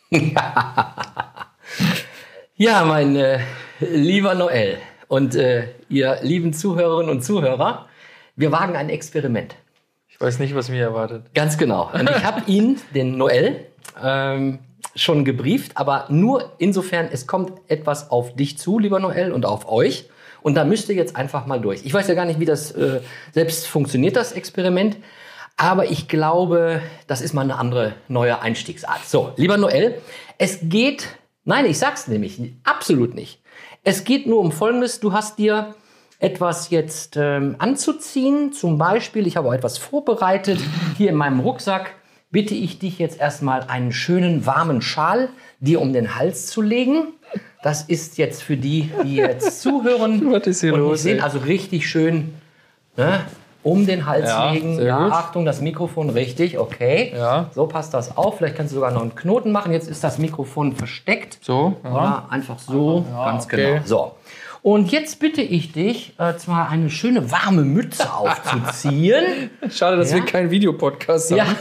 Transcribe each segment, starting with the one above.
Ja, mein lieber Noel und ihr lieben Zuhörerinnen und Zuhörer, wir wagen ein Experiment. Ich weiß nicht, was mich erwartet. Ganz genau. Und ich habe ihn, den Noel, schon gebrieft, aber nur insofern, es kommt etwas auf dich zu, lieber Noel, und auf euch. Und da müsst ihr jetzt einfach mal durch. Ich weiß ja gar nicht, wie das selbst funktioniert, das Experiment. Aber ich glaube, das ist mal eine andere, neue Einstiegsart. So, lieber Noel, es geht, nein, ich sag's nämlich, absolut nicht. Es geht nur um Folgendes. Du hast dir etwas jetzt anzuziehen. Zum Beispiel, ich habe auch etwas vorbereitet. Hier in meinem Rucksack bitte ich dich jetzt erstmal einen schönen warmen Schal dir um den Hals zu legen. Das ist jetzt für die, die jetzt zuhören Was ist hier und los, sehen, ey? also richtig schön, ne, um den Hals legen. Sehr Ja, gut. Achtung, das Mikrofon richtig, okay. Ja. So passt das auf. Vielleicht kannst du sogar noch einen Knoten machen. Jetzt ist das Mikrofon versteckt. So, ja. Oder einfach so, ganz okay. genau. So. Und jetzt bitte ich dich, zwar eine schöne warme Mütze aufzuziehen. Schade, dass Ja? wir keinen Videopodcast haben. Ja.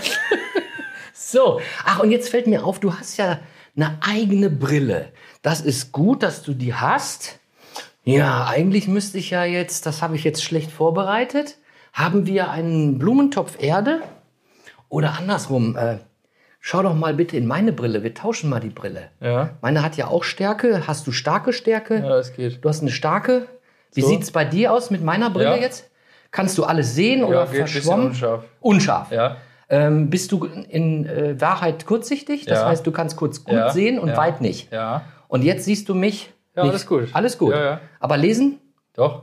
So. Ach, und jetzt fällt mir auf, du hast ja eine eigene Brille. Das ist gut, dass du die hast. Ja, eigentlich müsste ich ja jetzt, das habe ich jetzt schlecht vorbereitet. Haben wir einen Blumentopf Erde? Oder andersrum, schau doch mal bitte in meine Brille. Wir tauschen mal die Brille. Ja. Meine hat ja auch Stärke. Hast du starke Stärke? Ja, es geht. Du hast eine starke. Wie So. sieht's bei dir aus mit meiner Brille Ja. jetzt? Kannst du alles sehen oder geht ein bisschen verschwommen? unscharf. Unscharf. Ja. Bist du in Wahrheit kurzsichtig? Das Ja. heißt, du kannst kurz gut Ja. sehen und Ja. weit nicht. Ja. Und jetzt siehst du mich Ja, nicht. alles gut. Alles gut. Ja, ja. Aber lesen? Doch.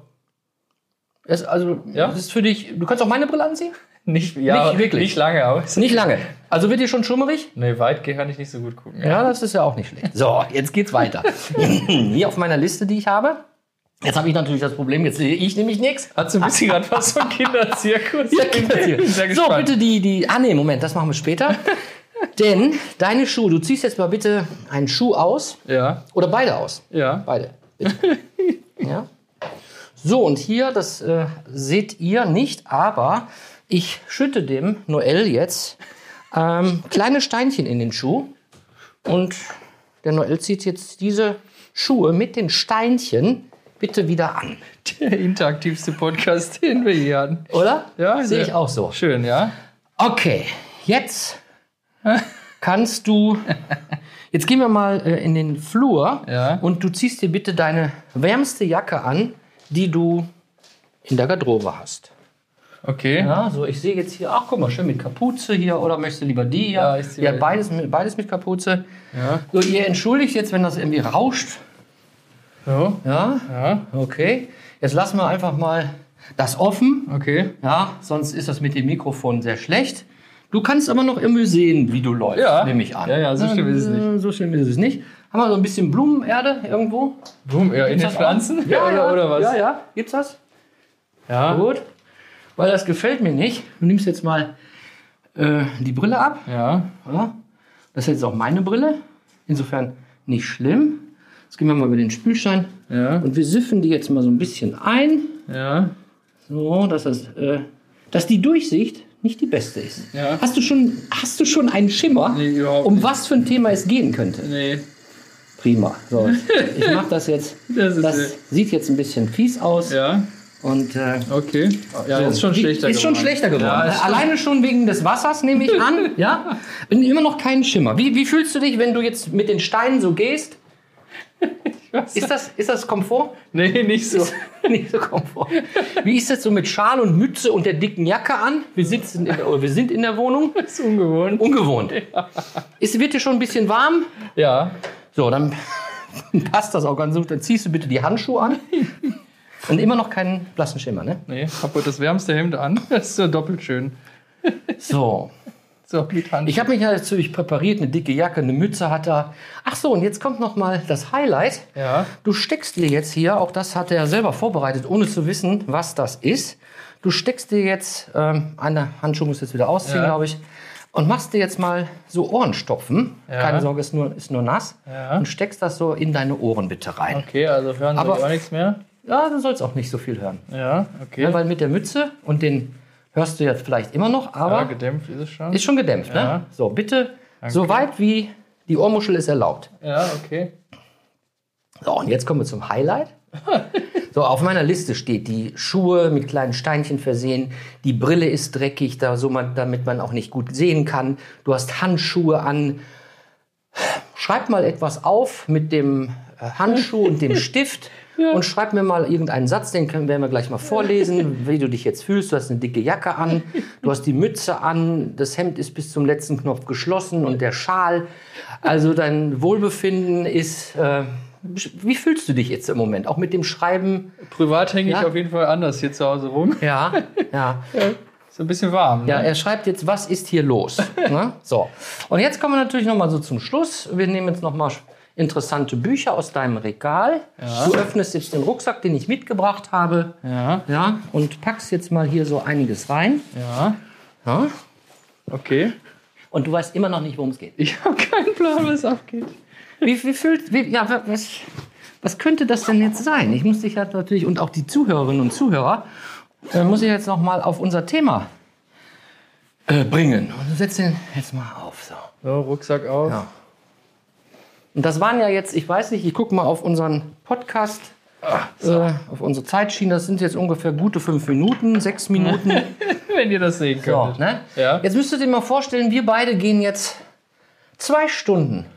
Also, Ja. das ist für dich. Du kannst auch meine Brille anziehen? Nicht wirklich. Nicht lange, aber. Nicht lange. Also wird dir schon schummerig? Nee, weit kann ich nicht so gut gucken. Ja, das ist ja auch nicht schlecht. So, jetzt geht's weiter. Hier auf meiner Liste, die ich habe. Jetzt habe ich natürlich das Problem, jetzt sehe ich nämlich nichts. Hat so ein bisschen gerade was von Kinderzirkus. Ja, Ich bin sehr so, gespannt. bitte nee, Moment, das machen wir später. Denn deine Schuhe, du ziehst jetzt mal bitte einen Schuh aus. Ja. Oder beide aus. Ja. Beide. Bitte. Ja. So, und hier, das seht ihr nicht, aber ich schütte dem Noel jetzt kleine Steinchen in den Schuh. Und der Noel zieht jetzt diese Schuhe mit den Steinchen bitte wieder an. Der interaktivste Podcast, den wir hier hatten. Oder? Ja, Sehe sehr ich auch so. Schön, ja. Okay, jetzt kannst du. Jetzt gehen wir mal in den Flur Ja. und du ziehst dir bitte deine wärmste Jacke an, die du in der Garderobe hast. Okay. Ja, so ich sehe jetzt hier, ach guck mal, schön mit Kapuze hier, oder möchtest du lieber die hier? Ja, ich zieh Ja, mal- beides mit Kapuze. Ja. So, ihr entschuldigt jetzt, wenn das irgendwie rauscht. So. Ja, Ja. okay. Jetzt lassen wir einfach mal das offen. Okay. Ja, sonst ist das mit dem Mikrofon sehr schlecht. Du kannst aber noch irgendwie sehen, wie du läufst, Ja. nehme ich an. Ja, ja, so schlimm ist es nicht. So schlimm ist es nicht. Haben wir so ein bisschen Blumenerde irgendwo? Boom, ja, in Gibt's den das auch? Pflanzen? Ja, oder was? Ja, ja. Gibt's das? Ja. Gut. Weil das gefällt mir nicht. Du nimmst jetzt mal die Brille ab. Ja. Ja. Das ist jetzt auch meine Brille. Insofern nicht schlimm. Jetzt gehen wir mal über den Spülstein. Ja. Und wir siffen die jetzt mal so ein bisschen ein. Ja. So, dass die Durchsicht nicht die beste ist. Ja. Hast du schon einen Schimmer, Nee, überhaupt um was für ein Thema es gehen könnte? Nee. Prima. So, ich mache das jetzt. Das ist sieht jetzt ein bisschen fies aus. Ja. Und Okay. Ja, so, ist schon schlechter ist schon geworden. schlechter geworden. Ja, ist Alleine schon wegen des Wassers, nehme ich an. Ja? Und immer noch keinen Schimmer. Wie fühlst du dich, wenn du jetzt mit den Steinen so gehst? Ist das Komfort? Nee, nicht so. Nicht so Komfort. Wie ist das so mit Schal und Mütze und der dicken Jacke an? Wir sind in der Wohnung. Das ist ungewohnt. Ungewohnt. Wird dir schon ein bisschen warm? Ja. So, dann passt das auch ganz gut. Dann ziehst du bitte die Handschuhe an. Und immer noch keinen blassen Schimmer, ne? Nee, hab heute das wärmste Hemd an. Das ist ja doppelt schön. So. So, mit Hand. Ich habe mich ja natürlich präpariert, eine dicke Jacke, eine Mütze hat er. Ach so, und jetzt kommt noch mal das Highlight. Ja. Du steckst dir jetzt hier, auch das hat er selber vorbereitet, ohne zu wissen, was das ist. Du steckst dir jetzt, eine Handschuh musst du jetzt wieder ausziehen, Ja. glaube ich, und machst dir jetzt mal so Ohrenstopfen. Ja. Keine Sorge, ist nur nass. Ja. Und steckst das so in deine Ohren bitte rein. Okay, also hören Aber- Sie auch nichts mehr? Ja, du sollst auch nicht so viel hören. Ja, okay. Ja, weil mit der Mütze und den hörst du jetzt vielleicht immer noch, aber Ja, gedämpft ist es schon. ist schon gedämpft. Ja. Ne? So, bitte so weit wie Die Ohrmuschel ist erlaubt. Ja, okay. So, und jetzt kommen wir zum Highlight. So, auf meiner Liste steht die Schuhe mit kleinen Steinchen versehen. Die Brille ist dreckig, damit man auch nicht gut sehen kann. Du hast Handschuhe an. Schreib mal etwas auf mit dem Handschuh und dem Stift. Ja. Und schreib mir mal irgendeinen Satz, den werden wir gleich mal vorlesen, wie du dich jetzt fühlst. Du hast eine dicke Jacke an, du hast die Mütze an, das Hemd ist bis zum letzten Knopf geschlossen und der Schal. Also dein Wohlbefinden ist... wie fühlst du dich jetzt im Moment? Auch mit dem Schreiben? Privat hänge ich auf jeden Fall anders hier zu Hause rum. Ja. Ist ein bisschen warm. Ne? Ja, er schreibt jetzt, was ist hier los? Ne? So. Und jetzt kommen wir natürlich noch mal so zum Schluss. Wir nehmen jetzt noch mal interessante Bücher aus deinem Regal. Ja. Du öffnest jetzt den Rucksack, den ich mitgebracht habe. Ja, und packst jetzt mal hier so einiges rein. Ja. Okay. Und du weißt immer noch nicht, worum es geht. Ich habe keinen Plan, was abgeht. Was könnte das denn jetzt sein? Ich muss dich halt natürlich, und auch die Zuhörerinnen und Zuhörer, muss ich jetzt noch mal auf unser Thema bringen. Und du setzt den jetzt mal auf. So, Rucksack auf. Ja. Und das waren ja jetzt, ich weiß nicht, ich gucke mal auf unseren Podcast, auf unsere Zeitschiene, das sind jetzt ungefähr gute 5 Minuten, 6 Minuten. Wenn ihr das sehen könnt. So, ne? Ja. Jetzt müsstet ihr mal vorstellen, wir beide gehen jetzt 2 Stunden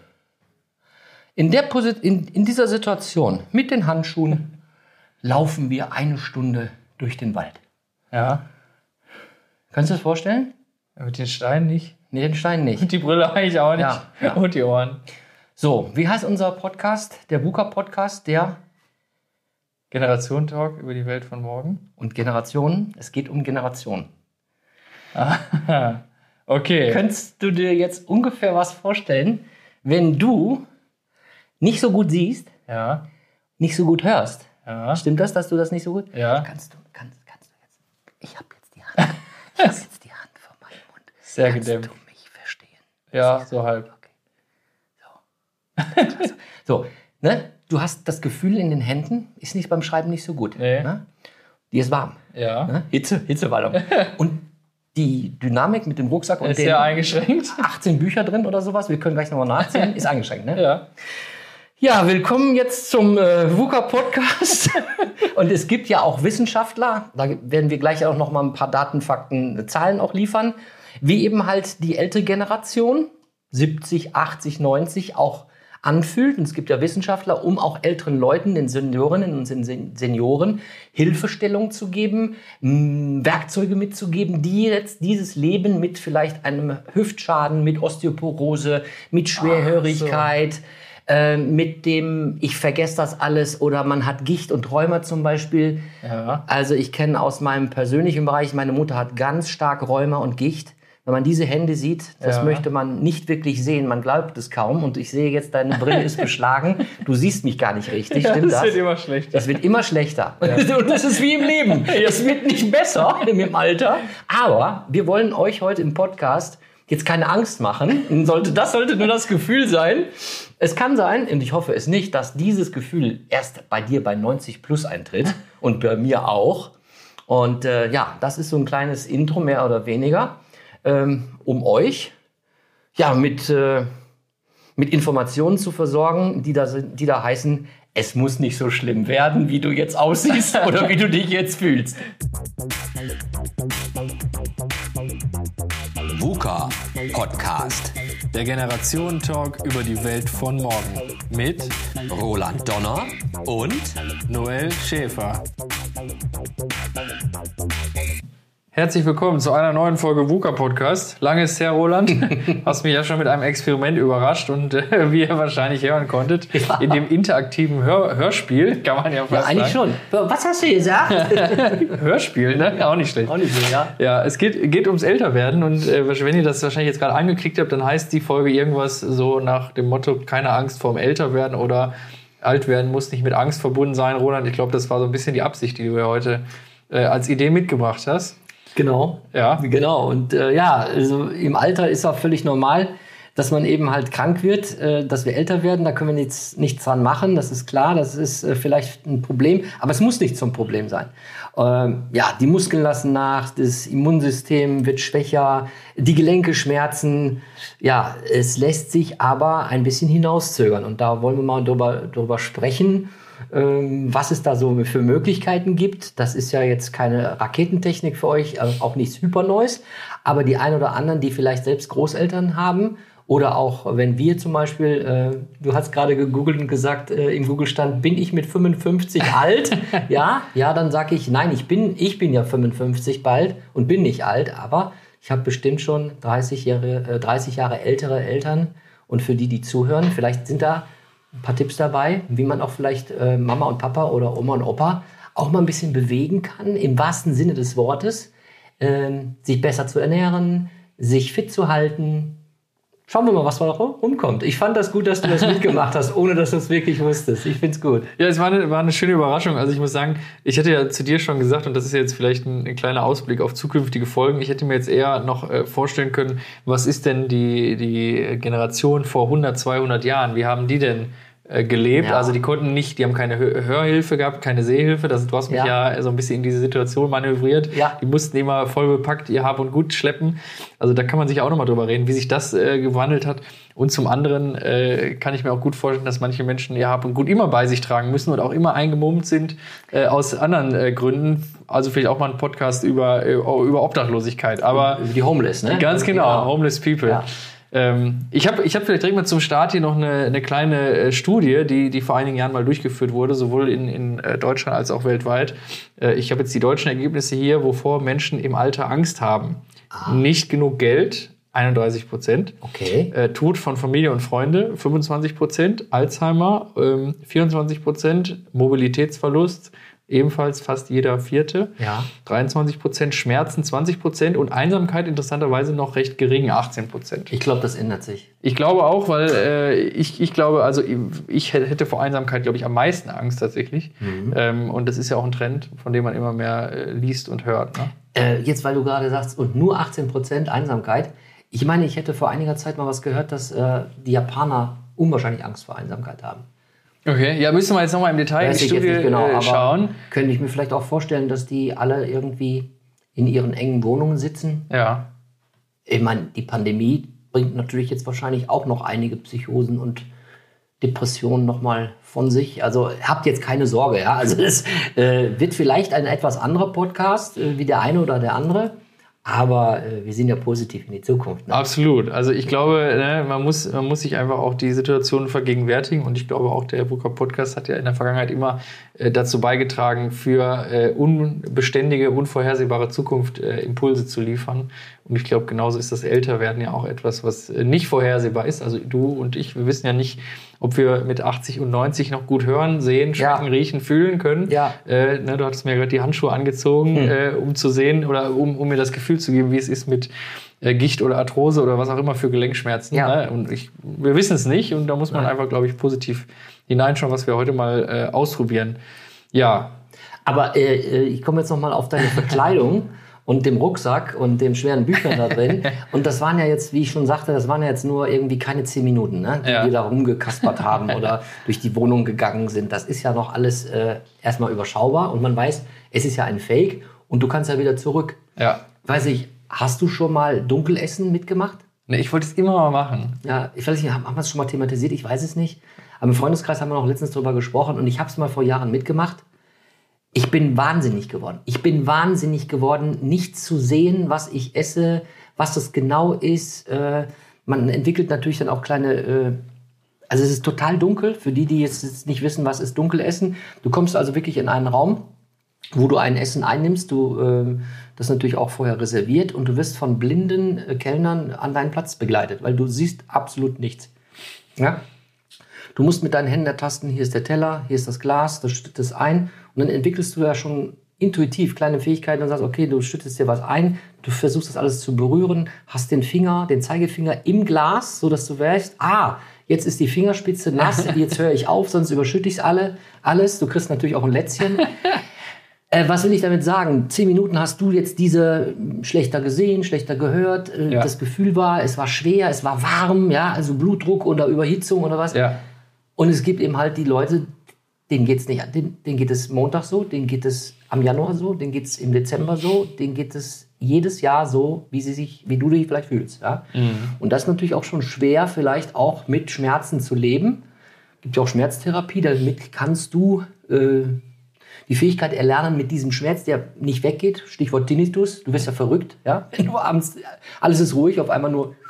in dieser Situation mit den Handschuhen, laufen wir 1 Stunde durch den Wald. Ja. Kannst du das vorstellen? Ja, mit den Steinen nicht. Nee, den Stein nicht. Und die Brille eigentlich auch nicht. Ja. Und die Ohren. So, wie heißt unser Podcast? Der VUCA-Podcast, der Generation-Talk über die Welt von morgen. Und Generationen, es geht um Generationen. Aha. Okay. Könntest du dir jetzt ungefähr was vorstellen, wenn du nicht so gut siehst, nicht so gut hörst? Ja. Stimmt das, dass du das nicht so gut? Ja. Kannst du jetzt? Ich habe jetzt die Hand. Ich habe jetzt die Hand vor meinem Mund. Sehr Kannst gedämpft. du mich verstehen? Ja, so halb. Okay. So, ne? Du hast das Gefühl in den Händen, ist nicht beim Schreiben nicht so gut. Nee. Ne? Die ist warm. Ja. Ne? Hitzewallung. Und die Dynamik mit dem Rucksack und ist den sehr eingeschränkt. 18 Bücher drin oder sowas, wir können gleich nochmal nachzählen, ist eingeschränkt, ne? Ja. Ja, willkommen jetzt zum VUCA-Podcast. Und es gibt ja auch Wissenschaftler, da werden wir gleich auch noch mal ein paar Daten, Fakten, Zahlen auch liefern, wie eben halt die ältere Generation, 70, 80, 90, auch anfühlt. Und es gibt ja Wissenschaftler, um auch älteren Leuten, den Seniorinnen und Senioren, Hilfestellung zu geben, Werkzeuge mitzugeben, die jetzt dieses Leben mit vielleicht einem Hüftschaden, mit Osteoporose, mit Schwerhörigkeit, mit dem, ich vergesse das alles, oder man hat Gicht und Rheuma zum Beispiel. Ja. Also ich kenne aus meinem persönlichen Bereich, meine Mutter hat ganz stark Rheuma und Gicht. Wenn man diese Hände sieht, das möchte man nicht wirklich sehen, man glaubt es kaum. Und ich sehe jetzt, deine Brille ist beschlagen, du siehst mich gar nicht richtig, stimmt das? Das wird immer schlechter. Das wird immer schlechter. Ja. Und das ist wie im Leben. Es wird nicht besser im Alter. Aber wir wollen euch heute im Podcast jetzt keine Angst machen. Das sollte nur das Gefühl sein. Es kann sein, und ich hoffe es nicht, dass dieses Gefühl erst bei dir bei 90 plus eintritt und bei mir auch. Und das ist so ein kleines Intro, mehr oder weniger, um euch mit Informationen zu versorgen, die da heißen, es muss nicht so schlimm werden, wie du jetzt aussiehst oder wie du dich jetzt fühlst. VUCA Podcast. Der Generationen-Talk über die Welt von morgen. Mit Roland Donner und Noel Schäfer. Herzlich willkommen zu einer neuen Folge VUCA Podcast. Lange ist her, Roland. Hast mich ja schon mit einem Experiment überrascht und wie ihr wahrscheinlich hören konntet, in dem interaktiven Hörspiel, kann man ja fast sagen. Eigentlich schon. Was hast du gesagt? Hörspiel, ne? Auch nicht schlecht. Auch nicht so, ja. Ja, es geht ums Älterwerden und wenn ihr das wahrscheinlich jetzt gerade angeklickt habt, dann heißt die Folge irgendwas so nach dem Motto, keine Angst vorm Älterwerden oder alt werden muss nicht mit Angst verbunden sein. Roland, ich glaube, das war so ein bisschen die Absicht, die du ja heute als Idee mitgebracht hast. Genau. Ja. Genau. Und also im Alter ist auch völlig normal, dass man eben halt krank wird, dass wir älter werden. Da können wir nichts dran machen, das ist klar. Das ist vielleicht ein Problem, aber es muss nicht zum Problem sein. Die Muskeln lassen nach, das Immunsystem wird schwächer, die Gelenke schmerzen. Ja, es lässt sich aber ein bisschen hinauszögern. Und da wollen wir mal drüber sprechen, was es da so für Möglichkeiten gibt. Das ist ja jetzt keine Raketentechnik für euch, also auch nichts Hyperneues. Aber die ein oder anderen, die vielleicht selbst Großeltern haben, oder auch wenn wir zum Beispiel, du hast gerade gegoogelt und gesagt, im Google-Stand, bin ich mit 55 alt? Ja, dann sage ich, nein, ich bin ja 55 bald und bin nicht alt, aber ich habe bestimmt schon 30 Jahre ältere Eltern. Und für die zuhören, vielleicht sind da ein paar Tipps dabei, wie man auch vielleicht Mama und Papa oder Oma und Opa auch mal ein bisschen bewegen kann, im wahrsten Sinne des Wortes, sich besser zu ernähren, sich fit zu halten. Schauen wir mal, was da rumkommt. Ich fand das gut, dass du das mitgemacht hast, ohne dass du es wirklich wusstest. Ich find's gut. Ja, es war eine schöne Überraschung. Also ich muss sagen, ich hätte ja zu dir schon gesagt, und das ist jetzt vielleicht ein kleiner Ausblick auf zukünftige Folgen, ich hätte mir jetzt eher noch vorstellen können, was ist denn die Generation vor 100, 200 Jahren? Wie haben die denn gelebt? Ja. Also die haben keine Hörhilfe gehabt, keine Sehhilfe. Du hast mich ja so ein bisschen in diese Situation manövriert. Ja. Die mussten immer voll bepackt ihr Hab und Gut schleppen. Also da kann man sich auch nochmal drüber reden, wie sich das gewandelt hat. Und zum anderen kann ich mir auch gut vorstellen, dass manche Menschen ihr Hab und Gut immer bei sich tragen müssen und auch immer eingemummt sind aus anderen Gründen. Also vielleicht auch mal ein Podcast über Obdachlosigkeit. Aber die Homeless, ne? Ganz genau, Homeless People. Ja. Ich hab vielleicht direkt mal zum Start hier noch eine kleine Studie, die vor einigen Jahren mal durchgeführt wurde, sowohl in Deutschland als auch weltweit. Ich habe jetzt die deutschen Ergebnisse hier, wovor Menschen im Alter Angst haben. Nicht genug Geld, 31%. Okay. Tod von Familie und Freunde, 25%. Alzheimer, 24%. Mobilitätsverlust, ebenfalls fast jeder Vierte. Ja. 23%, Schmerzen 20% und Einsamkeit interessanterweise noch recht gering, 18%. Ich glaube, das ändert sich. Ich glaube auch, weil ich glaube, also ich hätte vor Einsamkeit, glaube ich, am meisten Angst tatsächlich. Mhm. Und das ist ja auch ein Trend, von dem man immer mehr liest und hört. Ne? Jetzt, weil du gerade sagst, und nur 18% Einsamkeit. Ich meine, ich hätte vor einiger Zeit mal was gehört, dass die Japaner unwahrscheinlich Angst vor Einsamkeit haben. Okay, ja, müssen wir jetzt nochmal im Detail in die Studie schauen. Könnte ich mir vielleicht auch vorstellen, dass die alle irgendwie in ihren engen Wohnungen sitzen. Ja. Ich meine, die Pandemie bringt natürlich jetzt wahrscheinlich auch noch einige Psychosen und Depressionen nochmal von sich. Also habt jetzt keine Sorge, ja. Also es wird vielleicht ein etwas anderer Podcast, wie der eine oder der andere. Aber wir sind ja positiv in die Zukunft. Ne? Absolut. Also ich glaube, man muss sich einfach auch die Situation vergegenwärtigen. Und ich glaube auch, der VUCA-Podcast hat ja in der Vergangenheit immer dazu beigetragen, für unbeständige, unvorhersehbare Zukunft Impulse zu liefern. Und ich glaube, genauso ist das Älterwerden ja auch etwas, was nicht vorhersehbar ist. Also du und ich, wir wissen ja nicht, ob wir mit 80 und 90 noch gut hören, sehen, schmecken, riechen, fühlen können. Ja. Du hattest mir gerade die Handschuhe angezogen, um zu sehen oder um mir das Gefühl zu geben, wie es ist mit Gicht oder Arthrose oder was auch immer für Gelenkschmerzen. Ja. Ne? Und wir wissen es nicht und da muss man einfach, glaube ich, positiv hineinschauen, was wir heute mal ausprobieren. Ja. Aber ich komme jetzt noch mal auf deine Verkleidung. Und dem Rucksack und dem schweren Büchern da drin. Und das waren ja jetzt, wie ich schon sagte, das waren ja jetzt nur irgendwie keine 10 Minuten, ne? Die da rumgekaspert haben oder durch die Wohnung gegangen sind. Das ist ja noch alles erstmal überschaubar. Und man weiß, es ist ja ein Fake und du kannst ja wieder zurück. Ja. Weiß ich, hast du schon mal Dunkelessen mitgemacht? Ne, ich wollte es immer mal machen. Ja, ich weiß nicht, haben wir es schon mal thematisiert? Ich weiß es nicht. Aber im Freundeskreis haben wir noch letztens drüber gesprochen und ich habe es mal vor Jahren mitgemacht. Ich bin wahnsinnig geworden. Ich bin wahnsinnig geworden, nicht zu sehen, was ich esse, was das genau ist. Man entwickelt natürlich dann auch kleine... Also es ist total dunkel, für die jetzt nicht wissen, was ist Dunkelessen. Du kommst also wirklich in einen Raum, wo du ein Essen einnimmst. Das ist natürlich auch vorher reserviert. Und du wirst von blinden Kellnern an deinen Platz begleitet, weil du siehst absolut nichts. Ja? Du musst mit deinen Händen ertasten, hier ist der Teller, hier ist das Glas, das schüttet es ein. Und dann entwickelst du ja schon intuitiv kleine Fähigkeiten und sagst, okay, du schüttest dir was ein, du versuchst das alles zu berühren, hast den Zeigefinger im Glas, sodass du weißt, jetzt ist die Fingerspitze nass, jetzt höre ich auf, sonst überschütte ich alles. Du kriegst natürlich auch ein Lätzchen. Was will ich damit sagen? 10 Minuten hast du jetzt diese schlechter gesehen, schlechter gehört. Das Gefühl war, es war schwer, es war warm, ja, also Blutdruck oder Überhitzung oder was. Ja. Und es gibt eben halt die Leute, denen geht's nicht, denen geht es Montag so, denen geht es am Januar so, denen geht es im Dezember so, denen geht es jedes Jahr so, wie du dich vielleicht fühlst. Ja? Und das ist natürlich auch schon schwer, vielleicht auch mit Schmerzen zu leben. Es gibt ja auch Schmerztherapie, damit kannst du die Fähigkeit erlernen, mit diesem Schmerz, der nicht weggeht, Stichwort Tinnitus, du wirst ja verrückt, ja? Wenn du abends, alles ist ruhig, auf einmal nur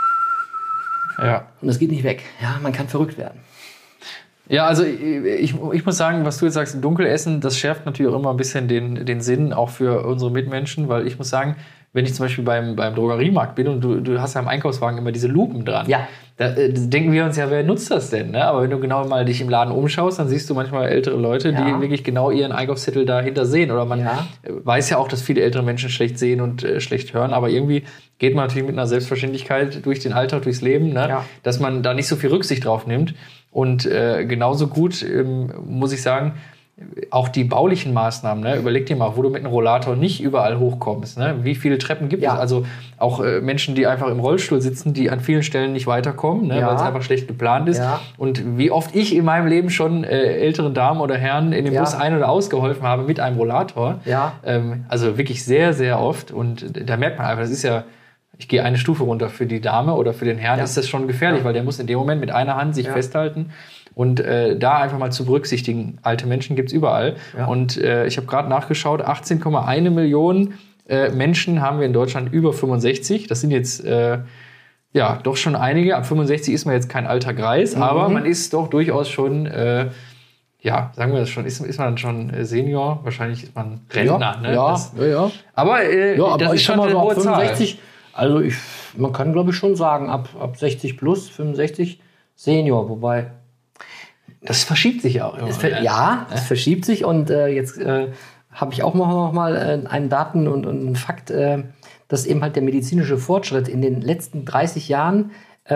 und das geht nicht weg. Ja, man kann verrückt werden. Ja, also ich muss sagen, was du jetzt sagst, Dunkelessen, das schärft natürlich auch immer ein bisschen den Sinn, auch für unsere Mitmenschen, weil ich muss sagen, wenn ich zum Beispiel beim Drogeriemarkt bin und du hast ja im Einkaufswagen immer diese Lupen dran, da denken wir uns ja, wer nutzt das denn? Ne? Aber wenn du genau mal dich im Laden umschaust, dann siehst du manchmal ältere Leute, die wirklich genau ihren Einkaufszettel dahinter sehen. Oder man weiß ja auch, dass viele ältere Menschen schlecht sehen und schlecht hören, aber irgendwie geht man natürlich mit einer Selbstverständlichkeit durch den Alltag, durchs Leben, ne? Dass man da nicht so viel Rücksicht drauf nimmt. Und genauso gut, muss ich sagen, auch die baulichen Maßnahmen, ne? Überleg dir mal, wo du mit einem Rollator nicht überall hochkommst. Ne? Wie viele Treppen gibt es? Also auch Menschen, die einfach im Rollstuhl sitzen, die an vielen Stellen nicht weiterkommen, ne? Weil es einfach schlecht geplant ist. Ja. Und wie oft ich in meinem Leben schon älteren Damen oder Herren in den Bus ein- oder ausgeholfen habe mit einem Rollator. Ja. Also wirklich sehr, sehr oft. Und da merkt man einfach, das ist ja, ich gehe eine Stufe runter. Für die Dame oder für den Herrn ist das schon gefährlich, weil der muss in dem Moment mit einer Hand sich festhalten. Und da einfach mal zu berücksichtigen, alte Menschen gibt's überall. Ja. Und ich habe gerade nachgeschaut, 18,1 Millionen Menschen haben wir in Deutschland über 65. Das sind jetzt doch schon einige. Ab 65 ist man jetzt kein alter Greis, aber man ist doch durchaus schon, sagen wir das schon, ist man dann schon Senior? Wahrscheinlich ist man Rentner. Ne? Aber das ist schon eine hohe 65, Zahl. Also man kann, glaube ich, schon sagen, ab 60 plus, 65 Senior, wobei... Das verschiebt sich ja auch immer. Es verschiebt sich und jetzt habe ich auch noch mal einen Daten und einen Fakt, dass eben halt der medizinische Fortschritt in den letzten 30 Jahren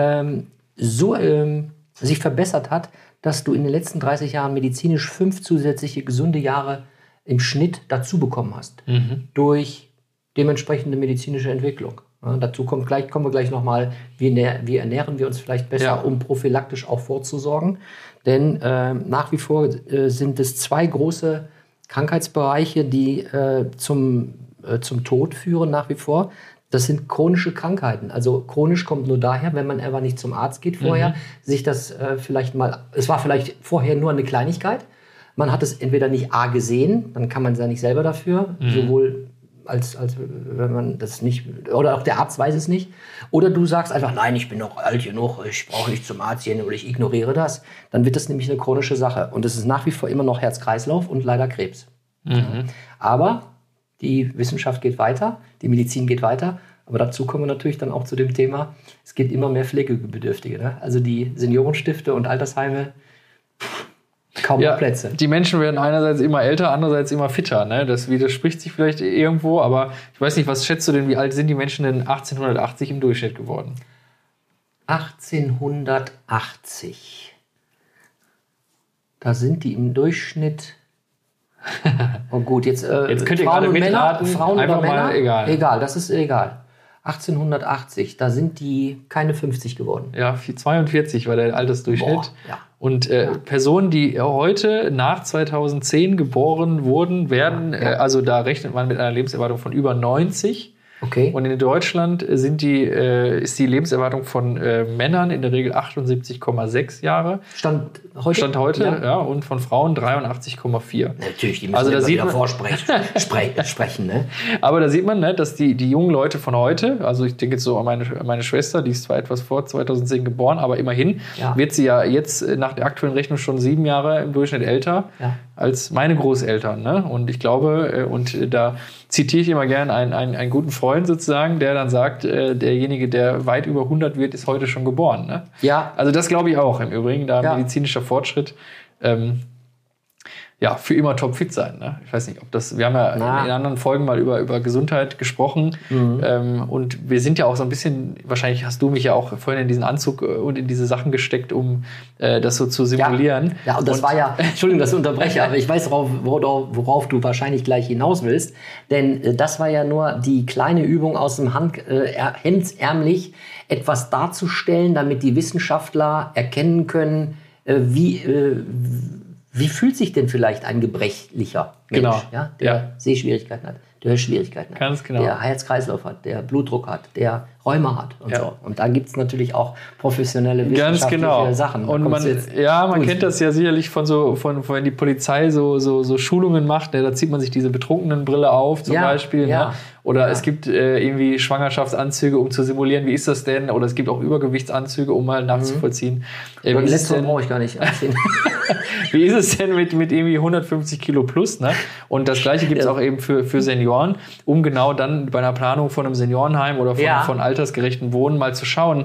sich verbessert hat, dass du in den letzten 30 Jahren medizinisch 5 zusätzliche gesunde Jahre im Schnitt dazu bekommen hast. Durch dementsprechende medizinische Entwicklung. Ja, dazu kommen wir gleich nochmal, wie ernähren wir uns vielleicht besser, um prophylaktisch auch vorzusorgen. Denn nach wie vor sind es 2 große Krankheitsbereiche, die zum Tod führen nach wie vor. Das sind chronische Krankheiten. Also chronisch kommt nur daher, wenn man einfach nicht zum Arzt geht vorher, sich das es war vielleicht vorher nur eine Kleinigkeit. Man hat es entweder nicht gesehen, dann kann man es ja nicht selber dafür, sowohl als wenn man das nicht, oder auch der Arzt weiß es nicht. Oder du sagst einfach, nein, ich bin noch alt genug, ich brauche nicht zum Arzt gehen oder ich ignoriere das. Dann wird das nämlich eine chronische Sache. Und es ist nach wie vor immer noch Herz-Kreislauf und leider Krebs. Aber die Wissenschaft geht weiter, die Medizin geht weiter. Aber dazu kommen wir natürlich dann auch zu dem Thema, es gibt immer mehr Pflegebedürftige. Ne? Also die Seniorenstifte und Altersheime, kaum noch Plätze. Die Menschen werden einerseits immer älter, andererseits immer fitter. Ne? Das widerspricht sich vielleicht irgendwo, aber ich weiß nicht, was schätzt du denn, wie alt sind die Menschen denn 1880 im Durchschnitt geworden? 1880. Da sind die im Durchschnitt... Oh gut, jetzt könnt ihr gerade mitraten. Frauen einfach oder Männer? Mal egal. Egal, das ist egal. 1880, da sind die keine 50 geworden. Ja, 42 war der Altersdurchschnitt. Boah, ja. Und Personen, die heute nach 2010 geboren wurden, also da rechnet man mit einer Lebenserwartung von über 90. Okay. Und in Deutschland ist die Lebenserwartung von Männern in der Regel 78,6 Jahre. Stand heute, ja. Und von Frauen 83,4. Natürlich, die müssen wieder vorsprechen. Ne? Aber da sieht man, ne, dass die jungen Leute von heute, also ich denke jetzt so an meine Schwester, die ist zwar etwas vor 2010 geboren, aber immerhin wird sie ja jetzt nach der aktuellen Rechnung schon 7 Jahre im Durchschnitt älter als meine Großeltern. Ne? Und ich glaube, und da zitiere ich immer gerne einen guten Freund sozusagen, der dann sagt, derjenige, der weit über 100 wird, ist heute schon geboren. Ne? Ja. Also das glaube ich auch im Übrigen, da medizinischer Fortschritt. für immer topfit sein. Ne? Ich weiß nicht, ob das. Wir haben ja in anderen Folgen mal über Gesundheit gesprochen. Und wir sind ja auch so ein bisschen, wahrscheinlich hast du mich ja auch vorhin in diesen Anzug und in diese Sachen gesteckt, um das so zu simulieren. Ja, und das war ja, Entschuldigung, dass ich unterbreche, aber ich weiß, worauf du wahrscheinlich gleich hinaus willst. Denn das war ja nur die kleine Übung aus dem hemdsärmlich etwas darzustellen, damit die Wissenschaftler erkennen können, wie fühlt sich denn vielleicht ein gebrechlicher Mensch, der Sehschwierigkeiten hat, der Hörschwierigkeiten hat, ganz genau, der Herz-Kreislauf hat, der Blutdruck hat, der Rheuma hat und so. Und da gibt es natürlich auch professionelle wissenschaftliche Sachen. Und man kennt das ja sicherlich von wenn die Polizei so Schulungen macht, da zieht man sich diese Betrunkenenbrille auf zum Beispiel. Ne? Oder es gibt irgendwie Schwangerschaftsanzüge, um zu simulieren, wie ist das denn? Oder es gibt auch Übergewichtsanzüge, um mal nachzuvollziehen. Letztes brauche ich gar nicht anziehen. Wie ist es denn mit irgendwie 150 Kilo plus? Ne? Und das Gleiche gibt es auch eben für Senioren, um genau dann bei einer Planung von einem Seniorenheim oder von altersgerechten Wohnen mal zu schauen,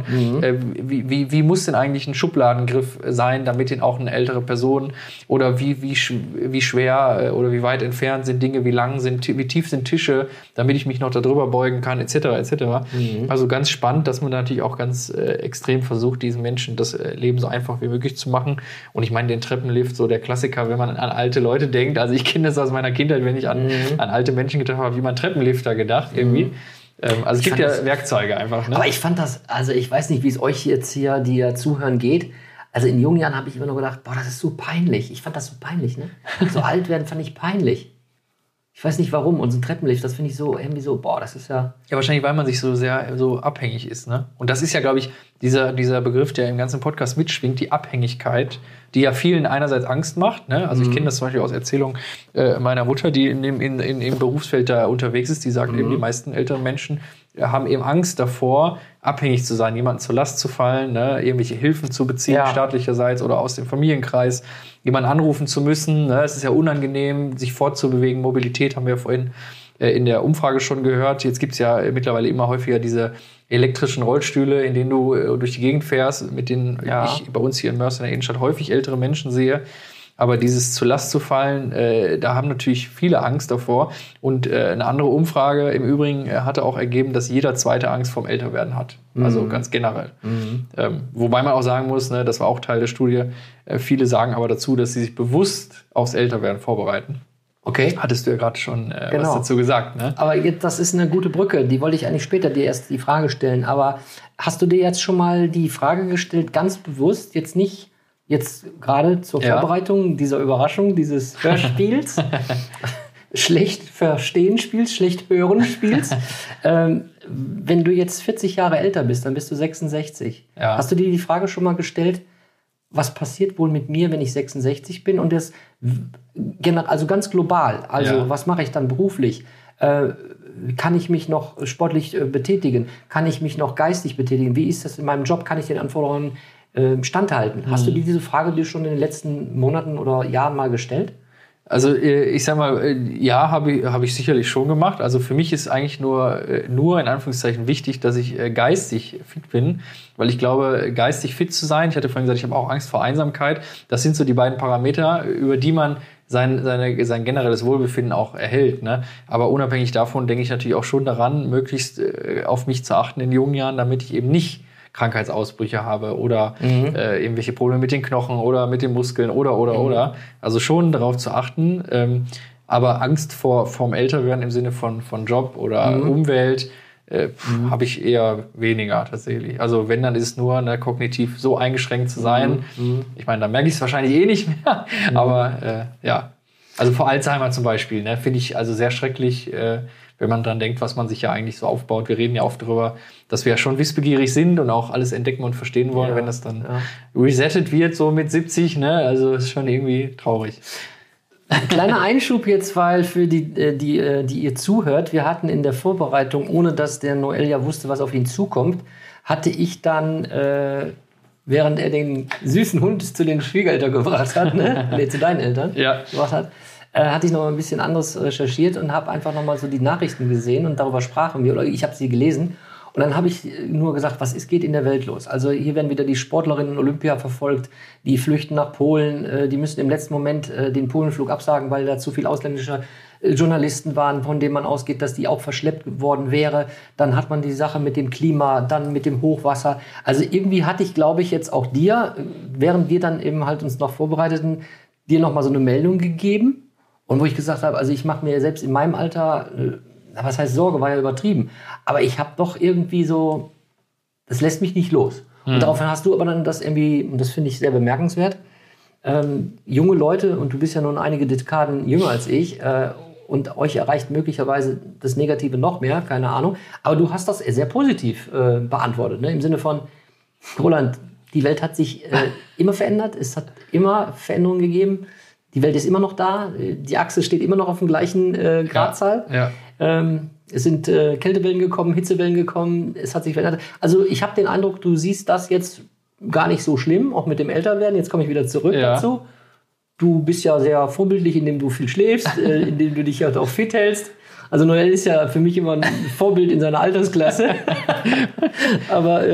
wie muss denn eigentlich ein Schubladengriff sein, damit ihn auch eine ältere Person oder wie schwer oder wie weit entfernt sind Dinge, wie tief sind Tische, damit ich mich noch darüber beugen kann, etc. etc. Also ganz spannend, dass man natürlich auch ganz extrem versucht, diesen Menschen das Leben so einfach wie möglich zu machen. Und ich meine, den Treppenlift, so der Klassiker, wenn man an alte Leute denkt. Also ich kenne das aus meiner Kindheit, wenn ich an alte Menschen gedacht habe, wie man Treppenlifter gedacht irgendwie. Also es gibt ja Werkzeuge einfach. Ne? Aber ich fand das, also ich weiß nicht, wie es euch jetzt hier, die ja zuhören, geht. Also in jungen Jahren habe ich immer nur gedacht, boah, das ist so peinlich. Ich fand das so peinlich, ne? So alt werden fand ich peinlich. Ich weiß nicht warum. Und so ein Treppenlift, das finde ich so irgendwie so, boah, das ist ja... Ja, wahrscheinlich, weil man sich so sehr so abhängig ist, ne? Und das ist ja, glaube ich, dieser Begriff, der im ganzen Podcast mitschwingt, die Abhängigkeit, die ja vielen einerseits Angst macht, ne? Also ich kenne das zum Beispiel aus Erzählungen meiner Mutter, die im Berufsfeld da unterwegs ist, die sagt eben, die meisten älteren Menschen haben eben Angst davor, abhängig zu sein, jemanden zur Last zu fallen, ne? Irgendwelche Hilfen zu beziehen, staatlicherseits oder aus dem Familienkreis, jemanden anrufen zu müssen. Ne? Es ist ja unangenehm, sich fortzubewegen. Mobilität haben wir ja vorhin in der Umfrage schon gehört. Jetzt gibt es ja mittlerweile immer häufiger diese elektrischen Rollstühle, in denen du durch die Gegend fährst, mit denen ich bei uns hier in Mörs in der Innenstadt häufig ältere Menschen sehe. Aber dieses zur Last zu fallen, da haben natürlich viele Angst davor. Und eine andere Umfrage im Übrigen hatte auch ergeben, dass jeder Zweite Angst vorm Älterwerden hat. Also ganz generell. Wobei man auch sagen muss, ne, das war auch Teil der Studie, viele sagen aber dazu, dass sie sich bewusst aufs Älterwerden vorbereiten. Okay. Hattest du ja gerade schon was dazu gesagt. Ne? Aber jetzt, das ist eine gute Brücke. Die wollte ich eigentlich später dir erst die Frage stellen. Aber hast du dir jetzt schon mal die Frage gestellt, ganz bewusst, jetzt nicht jetzt gerade zur Vorbereitung dieser Überraschung, dieses Hörspiels, schlecht verstehen Spiels, schlecht hören Spiels. Wenn du jetzt 40 Jahre älter bist, dann bist du 66. Ja. Hast du dir die Frage schon mal gestellt, was passiert wohl mit mir, wenn ich 66 bin? Und das also ganz global. Also was mache ich dann beruflich? Kann ich mich noch sportlich betätigen? Kann ich mich noch geistig betätigen? Wie ist das in meinem Job? Kann ich den Anforderungen standhalten? Hast du dir diese Frage dir schon in den letzten Monaten oder Jahren mal gestellt? Also ich sag mal, ja, habe ich sicherlich schon gemacht. Also für mich ist eigentlich nur in Anführungszeichen wichtig, dass ich geistig fit bin, weil ich glaube, geistig fit zu sein, ich hatte vorhin gesagt, ich habe auch Angst vor Einsamkeit, das sind so die beiden Parameter, über die man sein generelles Wohlbefinden auch erhält. Ne? Aber unabhängig davon denke ich natürlich auch schon daran, möglichst auf mich zu achten in jungen Jahren, damit ich eben nicht Krankheitsausbrüche habe oder irgendwelche Probleme mit den Knochen oder mit den Muskeln oder. Also schon darauf zu achten. Aber Angst vorm Älterwerden im Sinne von Job oder Umwelt habe ich eher weniger tatsächlich. Also wenn, dann ist es nur kognitiv so eingeschränkt zu sein. Ich meine, da merke ich es wahrscheinlich eh nicht mehr. Aber also vor Alzheimer zum Beispiel, ne, finde ich also sehr schrecklich, wenn man dran denkt, was man sich ja eigentlich so aufbaut. Wir reden ja oft darüber, dass wir ja schon wissbegierig sind und auch alles entdecken und verstehen wollen, wenn das dann resettet wird, so mit 70. Ne? Also ist schon irgendwie traurig. Kleiner Einschub jetzt, weil für die ihr zuhört, wir hatten in der Vorbereitung, ohne dass der Noel ja wusste, was auf ihn zukommt, hatte ich dann, während er den süßen Hund zu den Schwiegereltern gebracht hat, ne? Zu deinen Eltern gebracht hat, hatte ich noch mal ein bisschen anderes recherchiert und habe einfach noch mal so die Nachrichten gesehen und darüber sprachen wir, oder ich habe sie gelesen. Und dann habe ich nur gesagt, geht in der Welt los? Also hier werden wieder die Sportlerinnen in Olympia verfolgt, die flüchten nach Polen, die müssen im letzten Moment den Polenflug absagen, weil da zu viel ausländische Journalisten waren, von denen man ausgeht, dass die auch verschleppt worden wäre. Dann hat man die Sache mit dem Klima, dann mit dem Hochwasser. Also irgendwie hatte ich, glaube ich, jetzt auch dir, während wir dann eben halt uns noch vorbereiteten, dir noch mal so eine Meldung gegeben. Und wo ich gesagt habe, also ich mache mir selbst in meinem Alter, was heißt Sorge, war ja übertrieben. Aber ich habe doch irgendwie so, das lässt mich nicht los. Und daraufhin hast du aber dann das irgendwie, und das finde ich sehr bemerkenswert, junge Leute, und du bist ja nun einige Dekaden jünger als ich, und euch erreicht möglicherweise das Negative noch mehr, keine Ahnung. Aber du hast das sehr positiv beantwortet, ne? Im Sinne von, Roland, die Welt hat sich immer verändert, es hat immer Veränderungen gegeben, die Welt ist immer noch da, die Achse steht immer noch auf dem gleichen Gradzahl. Ja. Es sind Kältewellen gekommen, Hitzewellen gekommen, es hat sich verändert. Also ich habe den Eindruck, du siehst das jetzt gar nicht so schlimm, auch mit dem Älterwerden. Jetzt komme ich wieder zurück dazu. Du bist ja sehr vorbildlich, indem du viel schläfst, indem du dich halt auch fit hältst. Also Noel ist ja für mich immer ein Vorbild in seiner Altersklasse. Aber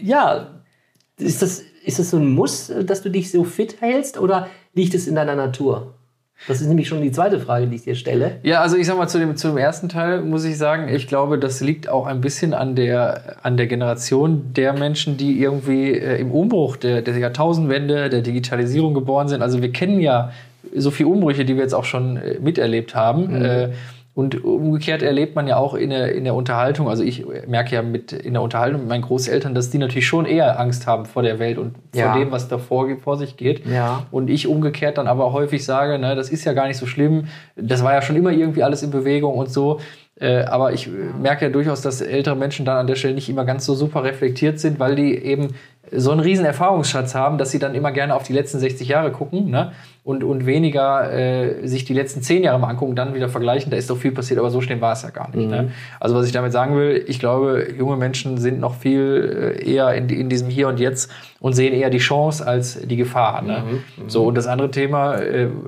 ist das so ein Muss, dass du dich so fit hältst, oder liegt es in deiner Natur? Das ist nämlich schon die zweite Frage, die ich dir stelle. Ja, also ich sag mal, zu dem ersten Teil muss ich sagen, ich glaube, das liegt auch ein bisschen an der Generation der Menschen, die irgendwie im Umbruch der Jahrtausendwende, der Digitalisierung geboren sind. Also wir kennen ja so viele Umbrüche, die wir jetzt auch schon miterlebt haben. Und umgekehrt erlebt man ja auch in der Unterhaltung, also ich merke ja in der Unterhaltung mit meinen Großeltern, dass die natürlich schon eher Angst haben vor der Welt und vor dem, was da vor sich geht. Ja. Und ich umgekehrt dann aber häufig sage, ne, das ist ja gar nicht so schlimm, das war ja schon immer irgendwie alles in Bewegung und so. Aber ich merke ja durchaus, dass ältere Menschen dann an der Stelle nicht immer ganz so super reflektiert sind, weil die eben so einen riesen Erfahrungsschatz haben, dass sie dann immer gerne auf die letzten 60 Jahre gucken, ne? Und weniger sich die letzten 10 Jahre mal angucken, dann wieder vergleichen, da ist doch viel passiert, aber so schlimm war es ja gar nicht. Ne? Also was ich damit sagen will, ich glaube, junge Menschen sind noch viel eher in diesem Hier und Jetzt und sehen eher die Chance als die Gefahr. Ne? So, und das andere Thema,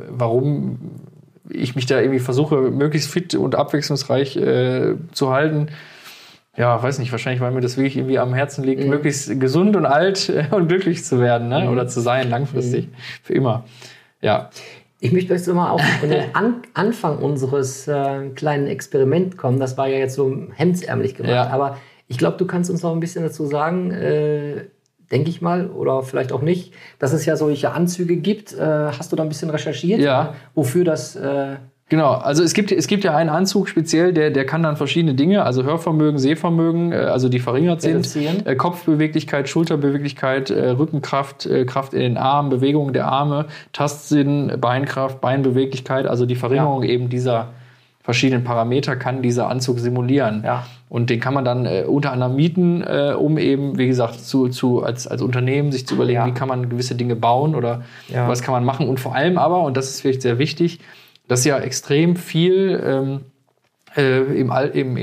warum ich mich da irgendwie versuche, möglichst fit und abwechslungsreich zu halten, ja, weiß nicht, wahrscheinlich, weil mir das wirklich irgendwie am Herzen liegt, möglichst gesund und alt und glücklich zu werden, ne? Oder zu sein, langfristig, für immer. Ja. Ich möchte jetzt mal auf den Anfang unseres kleinen Experiments kommen. Das war ja jetzt so hemdsärmlich gemacht. Ja. Aber ich glaube, du kannst uns noch ein bisschen dazu sagen, denke ich mal, oder vielleicht auch nicht, dass es ja solche Anzüge gibt. Hast du da ein bisschen recherchiert? Ja. Wofür das... Genau, also es gibt ja einen Anzug speziell, der kann dann verschiedene Dinge, also Hörvermögen, Sehvermögen, also die verringert sind, Kopfbeweglichkeit, Schulterbeweglichkeit, Rückenkraft, Kraft in den Armen, Bewegungen der Arme, Tastsinn, Beinkraft, Beinbeweglichkeit, also die Verringerung eben dieser verschiedenen Parameter kann dieser Anzug simulieren. Ja. Und den kann man dann unter anderem mieten, um eben, wie gesagt, als Unternehmen sich zu überlegen, wie kann man gewisse Dinge bauen oder was kann man machen. Und vor allem aber, und das ist vielleicht sehr wichtig, dass ja extrem viel im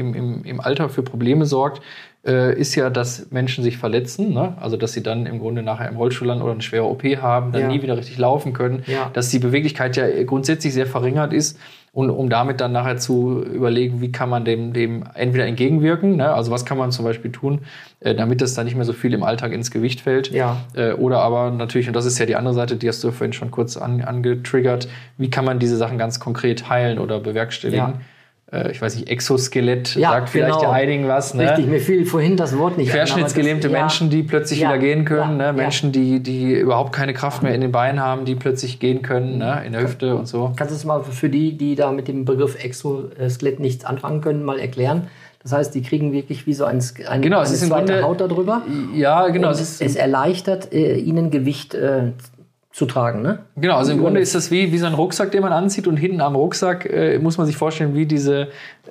Alter für Probleme sorgt, ist ja, dass Menschen sich verletzen, ne? Also dass sie dann im Grunde nachher im Rollstuhl landen oder eine schwere OP haben, dann nie wieder richtig laufen können, dass die Beweglichkeit ja grundsätzlich sehr verringert ist. Und um damit dann nachher zu überlegen, wie kann man dem entweder entgegenwirken, ne? Also was kann man zum Beispiel tun, damit das dann nicht mehr so viel im Alltag ins Gewicht fällt. Ja. Oder aber natürlich, und das ist ja die andere Seite, die hast du vorhin schon kurz angetriggert, wie kann man diese Sachen ganz konkret heilen oder bewerkstelligen. Ja. Ich weiß nicht, Exoskelett sagt vielleicht ja einigen was. Ne? Richtig, mir fiel vorhin das Wort nicht. Querschnittsgelähmte Menschen, die plötzlich wieder gehen können. Ne? Menschen, die überhaupt keine Kraft mehr in den Beinen haben, die plötzlich gehen können, ne? In der Hüfte und so. Kannst du es mal für die da mit dem Begriff Exoskelett nichts anfangen können, mal erklären? Das heißt, die kriegen wirklich wie so eine zweite Haut darüber. Ja, genau. Es erleichtert ihnen Gewicht zu tragen, ne? Genau, also im Grunde ist das wie so ein Rucksack, den man anzieht, und hinten am Rucksack muss man sich vorstellen, wie diese,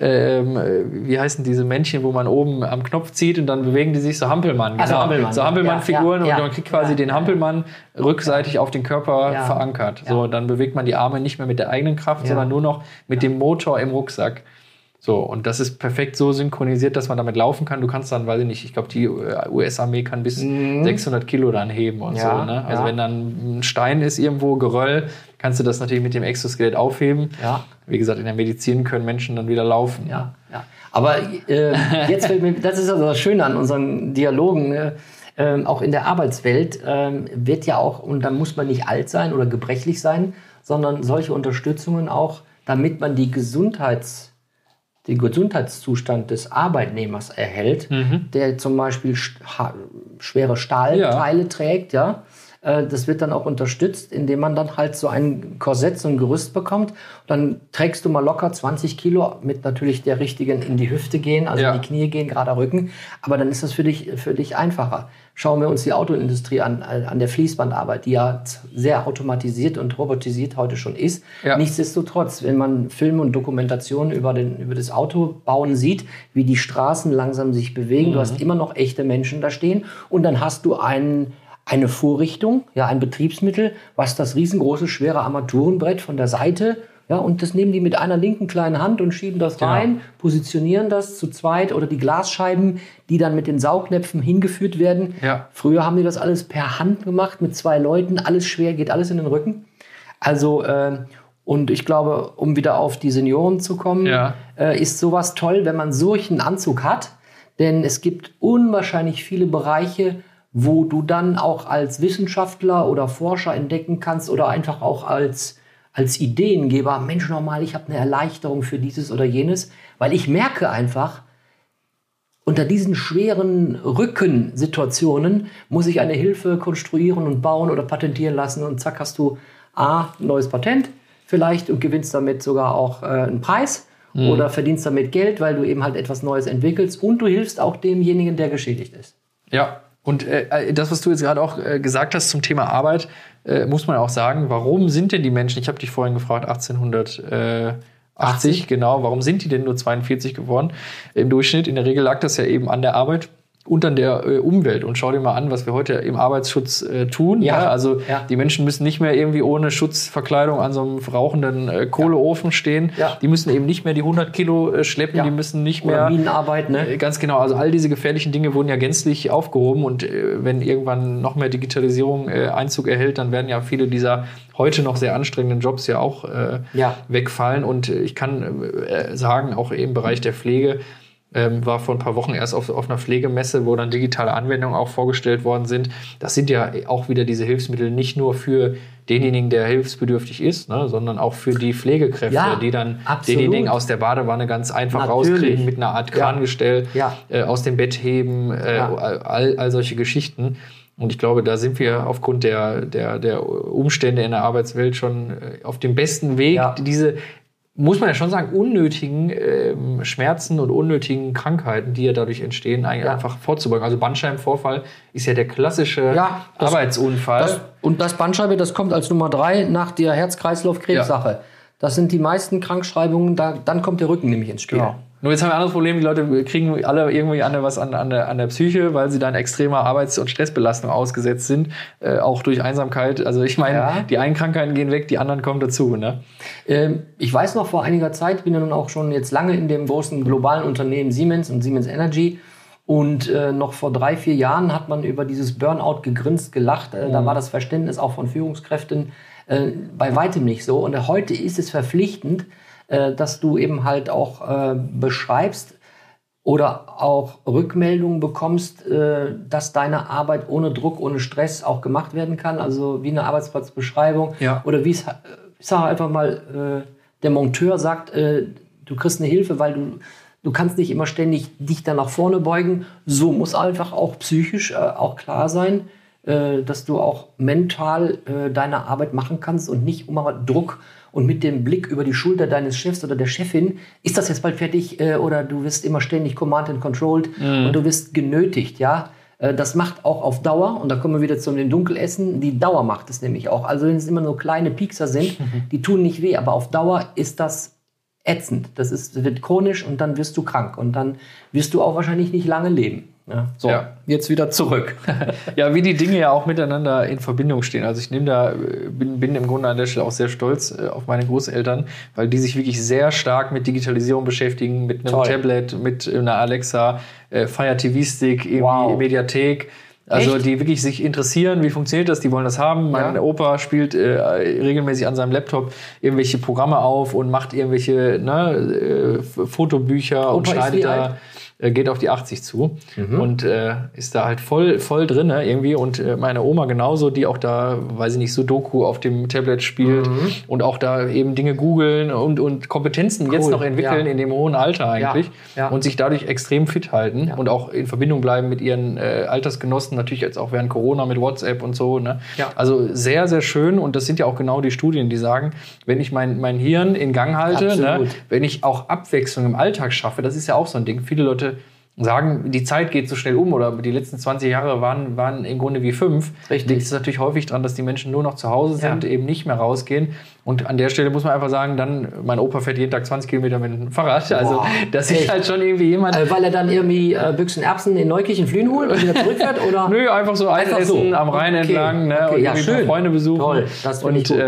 wie heißen diese Männchen, wo man oben am Knopf zieht und dann bewegen die sich, so Hampelmann. Also Hampelmann. So Hampelmann-Figuren, und man kriegt quasi den Hampelmann rückseitig auf den Körper verankert. Ja. So, dann bewegt man die Arme nicht mehr mit der eigenen Kraft, sondern nur noch mit dem Motor im Rucksack. So, und das ist perfekt so synchronisiert, dass man damit laufen kann. Du kannst dann, weiß ich nicht, ich glaube, die US-Armee kann bis 600 Kilo dann heben und so. Ne? Also wenn dann ein Stein ist irgendwo, Geröll, kannst du das natürlich mit dem Exoskelett aufheben. Ja. Wie gesagt, in der Medizin können Menschen dann wieder laufen. Ja. Aber jetzt, das ist also das Schöne an unseren Dialogen, ne? Auch in der Arbeitswelt wird ja auch, und da muss man nicht alt sein oder gebrechlich sein, sondern solche Unterstützungen auch, damit man den Gesundheitszustand des Arbeitnehmers erhält, der zum Beispiel schwere Stahlteile trägt, ja. Das wird dann auch unterstützt, indem man dann halt so ein Korsett, so ein Gerüst bekommt. Dann trägst du mal locker 20 Kilo mit natürlich der richtigen in die Hüfte gehen, also in die Knie gehen, gerader Rücken. Aber dann ist das für dich einfacher. Schauen wir uns die Autoindustrie an der Fließbandarbeit, die ja sehr automatisiert und robotisiert heute schon ist. Ja. Nichtsdestotrotz, wenn man Filme und Dokumentationen über das Autobauen sieht, wie die Straßen langsam sich bewegen, du hast immer noch echte Menschen da stehen und dann hast du eine Vorrichtung, ja, ein Betriebsmittel, was das riesengroße, schwere Armaturenbrett von der Seite, ja, und das nehmen die mit einer linken kleinen Hand und schieben das rein, positionieren das zu zweit oder die Glasscheiben, die dann mit den Saugnäpfen hingeführt werden. Ja. Früher haben die das alles per Hand gemacht mit 2 Leuten, alles schwer, geht alles in den Rücken. Also, und ich glaube, um wieder auf die Senioren zu kommen, ist sowas toll, wenn man solchen Anzug hat, denn es gibt unwahrscheinlich viele Bereiche, wo du dann auch als Wissenschaftler oder Forscher entdecken kannst oder einfach auch als Ideengeber, Mensch, nochmal, ich habe eine Erleichterung für dieses oder jenes, weil ich merke einfach, unter diesen schweren Rückensituationen muss ich eine Hilfe konstruieren und bauen oder patentieren lassen und zack hast du ein neues Patent vielleicht und gewinnst damit sogar auch einen Preis oder verdienst damit Geld, weil du eben halt etwas Neues entwickelst und du hilfst auch demjenigen, der geschädigt ist. Ja. Und das, was du jetzt gerade auch gesagt hast zum Thema Arbeit, muss man auch sagen, warum sind denn die Menschen, ich habe dich vorhin gefragt, 1880, genau, warum sind die denn nur 42 geworden im Durchschnitt? In der Regel lag das ja eben an der Arbeit und an der Umwelt. Und schau dir mal an, was wir heute im Arbeitsschutz tun. Ja. Also die Menschen müssen nicht mehr irgendwie ohne Schutzverkleidung an so einem rauchenden Kohleofen stehen. Ja. Die müssen eben nicht mehr die 100 Kilo schleppen. Die müssen nicht mehr... Oder Minenarbeit, ne? Ganz genau. Also all diese gefährlichen Dinge wurden ja gänzlich aufgehoben. Und wenn irgendwann noch mehr Digitalisierung Einzug erhält, dann werden ja viele dieser heute noch sehr anstrengenden Jobs ja auch wegfallen. Und ich kann sagen, auch im Bereich der Pflege, war vor ein paar Wochen erst auf einer Pflegemesse, wo dann digitale Anwendungen auch vorgestellt worden sind. Das sind ja auch wieder diese Hilfsmittel nicht nur für denjenigen, der hilfsbedürftig ist, ne, sondern auch für die Pflegekräfte, die dann denjenigen aus der Badewanne ganz einfach rauskriegen mit einer Art Krangestell, aus dem Bett heben, all solche Geschichten. Und ich glaube, da sind wir aufgrund der Umstände in der Arbeitswelt schon auf dem besten Weg, diese, muss man ja schon sagen, unnötigen Schmerzen und unnötigen Krankheiten, die ja dadurch entstehen, einfach vorzubeugen. Also Bandscheibenvorfall ist ja der klassische Arbeitsunfall. Und das Bandscheibe, das kommt als Nummer 3 nach der Herz-Kreislauf-Krebs-Sache. Ja. Das sind die meisten Krankschreibungen, dann kommt der Rücken nämlich ins Spiel. Genau. Nur jetzt haben wir ein anderes Problem, die Leute kriegen alle irgendwie was an der Psyche, weil sie dann extremer Arbeits- und Stressbelastung ausgesetzt sind, auch durch Einsamkeit. Also ich meine, die einen Krankheiten gehen weg, die anderen kommen dazu. Ne? Ich weiß noch, vor einiger Zeit, bin ja nun auch schon jetzt lange in dem großen globalen Unternehmen Siemens und Siemens Energy. Und noch vor 3-4 Jahren hat man über dieses Burnout gegrinst, gelacht. Da war das Verständnis auch von Führungskräften bei weitem nicht so. Und heute ist es verpflichtend, dass du eben halt auch beschreibst oder auch Rückmeldungen bekommst, dass deine Arbeit ohne Druck, ohne Stress auch gemacht werden kann. Also wie eine Arbeitsplatzbeschreibung. Ja. Oder wie es, ich sage einfach mal, der Monteur sagt, du kriegst eine Hilfe, weil du kannst nicht immer ständig dich da nach vorne beugen. So muss einfach auch psychisch auch klar sein, dass du auch mental deine Arbeit machen kannst und nicht immer Druck und mit dem Blick über die Schulter deines Chefs oder der Chefin, ist das jetzt bald fertig oder du wirst immer ständig command and controlled und du wirst genötigt, ja. Das macht auch auf Dauer, und da kommen wir wieder zu dem Dunkelessen, die Dauer macht es nämlich auch. Also wenn es immer nur kleine Piekser sind, die tun nicht weh, aber auf Dauer ist das ätzend. Das wird chronisch und dann wirst du krank und dann wirst du auch wahrscheinlich nicht lange leben. Ja, so, jetzt wieder zurück. Ja, wie die Dinge ja auch miteinander in Verbindung stehen. Also ich bin im Grunde an der Stelle auch sehr stolz auf meine Großeltern, weil die sich wirklich sehr stark mit Digitalisierung beschäftigen, mit einem Tablet, mit einer Alexa, Fire TV Stick, Mediathek. Also Echt? die wirklich sich interessieren, wie funktioniert das, die wollen das haben. Mein Opa spielt regelmäßig an seinem Laptop irgendwelche Programme auf und macht irgendwelche Fotobücher und schneidet da, geht auf die 80 zu und ist da halt voll drin irgendwie. Und meine Oma genauso, die auch da, weiß ich nicht, Sudoku auf dem Tablet spielt und auch da eben Dinge googeln und Kompetenzen jetzt noch entwickeln in dem hohen Alter eigentlich und sich dadurch extrem fit halten und auch in Verbindung bleiben mit ihren Altersgenossen, natürlich jetzt auch während Corona mit WhatsApp und so. Ne? Ja. Also sehr, sehr schön und das sind ja auch genau die Studien, die sagen, wenn ich mein Hirn in Gang halte, ne, wenn ich auch Abwechslung im Alltag schaffe, das ist ja auch so ein Ding. Viele Leute sagen, die Zeit geht so schnell um oder die letzten 20 Jahre waren im Grunde wie 5. Richtig. Liegt es natürlich häufig daran, dass die Menschen nur noch zu Hause sind, eben nicht mehr rausgehen. Und an der Stelle muss man einfach sagen, dann, mein Opa fährt jeden Tag 20 Kilometer mit dem Fahrrad. Also, das ist halt schon irgendwie jemand... Weil er dann irgendwie Büchsen Erbsen in Neukirchen Flühen holt und wieder zurückfährt? Oder? Nö, einfach so Essen am Rhein entlang, ne? Und irgendwie ein paar Freunde besuchen. Toll, das finde ich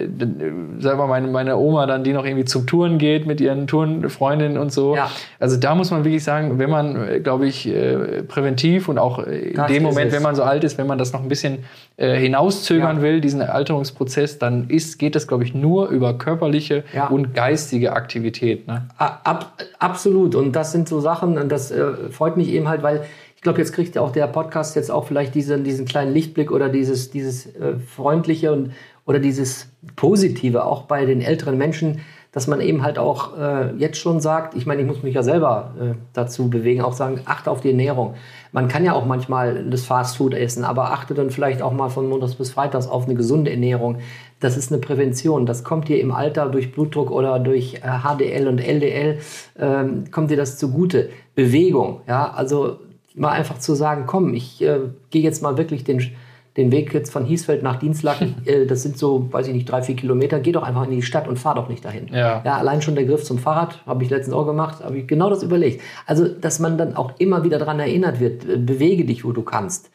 gut. Sag mal, meine Oma dann, die noch irgendwie zum Touren geht mit ihren Tourenfreundinnen und so. Ja. Also da muss man wirklich sagen, wenn man, glaube ich, präventiv und auch in dem Moment, wenn man so alt ist, wenn man das noch ein bisschen hinauszögern will, diesen Alterungsprozess, dann geht das, glaube ich, nur über körperliche und geistige Aktivität. Ne? Absolut. Und das sind so Sachen, und das freut mich eben halt, weil ich glaube, jetzt kriegt auch der Podcast jetzt auch vielleicht diesen kleinen Lichtblick oder dieses Freundliche oder dieses Positive auch bei den älteren Menschen, dass man eben halt auch jetzt schon sagt, ich meine, ich muss mich ja selber dazu bewegen, auch sagen, achte auf die Ernährung. Man kann ja auch manchmal das Fastfood essen, aber achte dann vielleicht auch mal von Montags bis Freitags auf eine gesunde Ernährung. Das ist eine Prävention. Das kommt dir im Alter durch Blutdruck oder durch HDL und LDL, kommt dir das zugute. Bewegung, ja, also mal einfach zu sagen, komm, ich gehe jetzt mal wirklich den Weg jetzt von Hiesfeld nach Dinslaken, das sind so, weiß ich nicht, 3-4 Kilometer, geh doch einfach in die Stadt und fahr doch nicht dahin. Ja, allein schon der Griff zum Fahrrad, habe ich letztens auch gemacht, habe ich genau das überlegt. Also, dass man dann auch immer wieder daran erinnert wird, bewege dich, wo du kannst.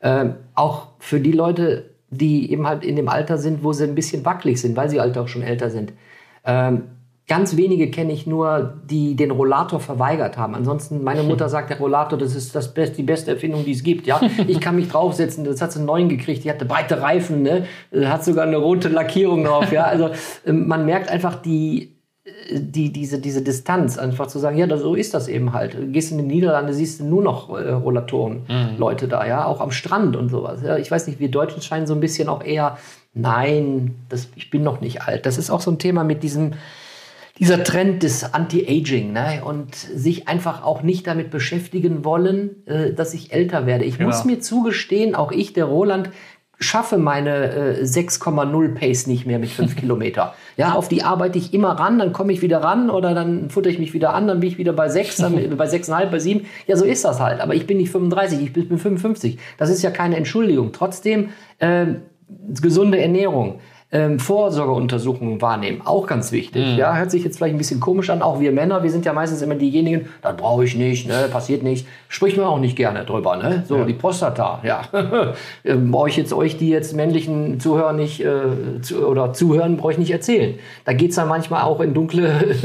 Auch für die Leute, die eben halt in dem Alter sind, wo sie ein bisschen wackelig sind, weil sie halt auch schon älter sind. Ganz wenige kenne ich nur, die den Rollator verweigert haben. Ansonsten, meine Mutter sagt, der Rollator, das ist die beste Erfindung, die es gibt. Ja, ich kann mich draufsetzen. Das hat sie einen neuen gekriegt. Die hatte breite Reifen, ne? Hat sogar eine rote Lackierung drauf. Ja, also man merkt einfach diese Distanz, einfach zu sagen, ja, so ist das eben halt. Du gehst in die Niederlande, siehst du nur noch Rollatoren-Leute da, ja, auch am Strand und sowas. Ja, ich weiß nicht, wir Deutschen scheinen so ein bisschen auch eher, nein, ich bin noch nicht alt. Das ist auch so ein Thema mit dieser Trend des Anti-Aging, ne? Und sich einfach auch nicht damit beschäftigen wollen, dass ich älter werde. Ich muss mir zugestehen, auch ich, der Roland, schaffe meine 6,0 Pace nicht mehr mit 5 Kilometer. Ja, auf die arbeite ich immer ran, dann komme ich wieder ran oder dann futter ich mich wieder an, dann bin ich wieder bei 6, dann bei 6,5, bei 7. Ja, so ist das halt. Aber ich bin nicht 35, ich bin 55. Das ist ja keine Entschuldigung. Trotzdem gesunde Ernährung. Vorsorgeuntersuchungen wahrnehmen, auch ganz wichtig. Ja, hört sich jetzt vielleicht ein bisschen komisch an, auch wir Männer, wir sind ja meistens immer diejenigen, das brauche ich nicht, ne, passiert nicht, spricht man auch nicht gerne drüber, ne, so die Prostata, ja, brauche ich jetzt euch, die jetzt männlichen Zuhörer nicht oder zuhören, brauche ich nicht erzählen. Da geht's dann manchmal auch in dunkle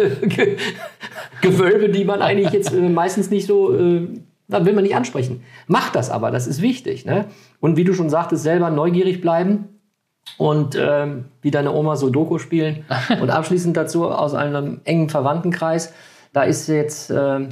Gewölbe, die man eigentlich jetzt meistens nicht so, da will man nicht ansprechen. Macht das aber, das ist wichtig, ne, und wie du schon sagtest, selber neugierig bleiben. Und wie deine Oma Sudoku spielen. Und abschließend dazu aus einem engen Verwandtenkreis, da ist sie jetzt,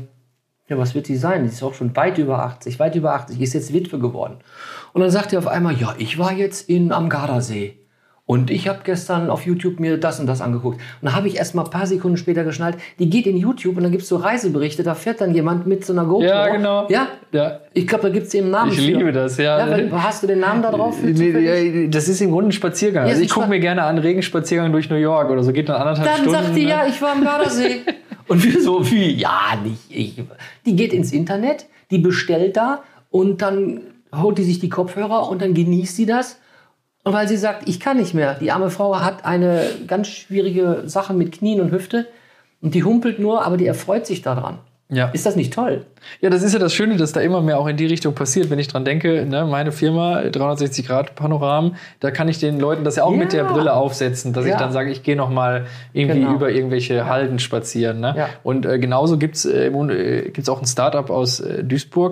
was wird sie sein? Die ist auch schon weit über 80, ist jetzt Witwe geworden. Und dann sagt sie auf einmal, ja, ich war jetzt am Gardasee. Und ich habe gestern auf YouTube mir das und das angeguckt. Und da habe ich erst mal ein paar Sekunden später geschnallt, die geht in YouTube und dann gibt es so Reiseberichte, da fährt dann jemand mit so einer GoPro. Ja, genau. Ja? Ich glaube, da gibt es eben einen Namen. Ich liebe das, ja. Hast du den Namen da drauf? Das ist im Grunde ein Spaziergang. Ja, also ich gucke mir gerne an Regenspaziergang durch New York oder so, geht dann 1,5 Stunden. Dann sagt die, ja, ich war am Gardasee. Und wir so, nicht ich. Die geht ins Internet, die bestellt da und dann holt die sich die Kopfhörer und dann genießt sie das. Und weil sie sagt, ich kann nicht mehr. Die arme Frau hat eine ganz schwierige Sache mit Knien und Hüfte und die humpelt nur, aber die erfreut sich daran. Ja. Ist das nicht toll? Ja, das ist ja das Schöne, dass da immer mehr auch in die Richtung passiert. Wenn ich dran denke, ne, meine Firma, 360-Grad-Panoram, da kann ich den Leuten das ja auch mit der Brille aufsetzen, dass ich dann sage, ich gehe noch mal irgendwie über irgendwelche Halden spazieren. Ne? Ja. Und genauso gibt's auch ein Startup aus Duisburg,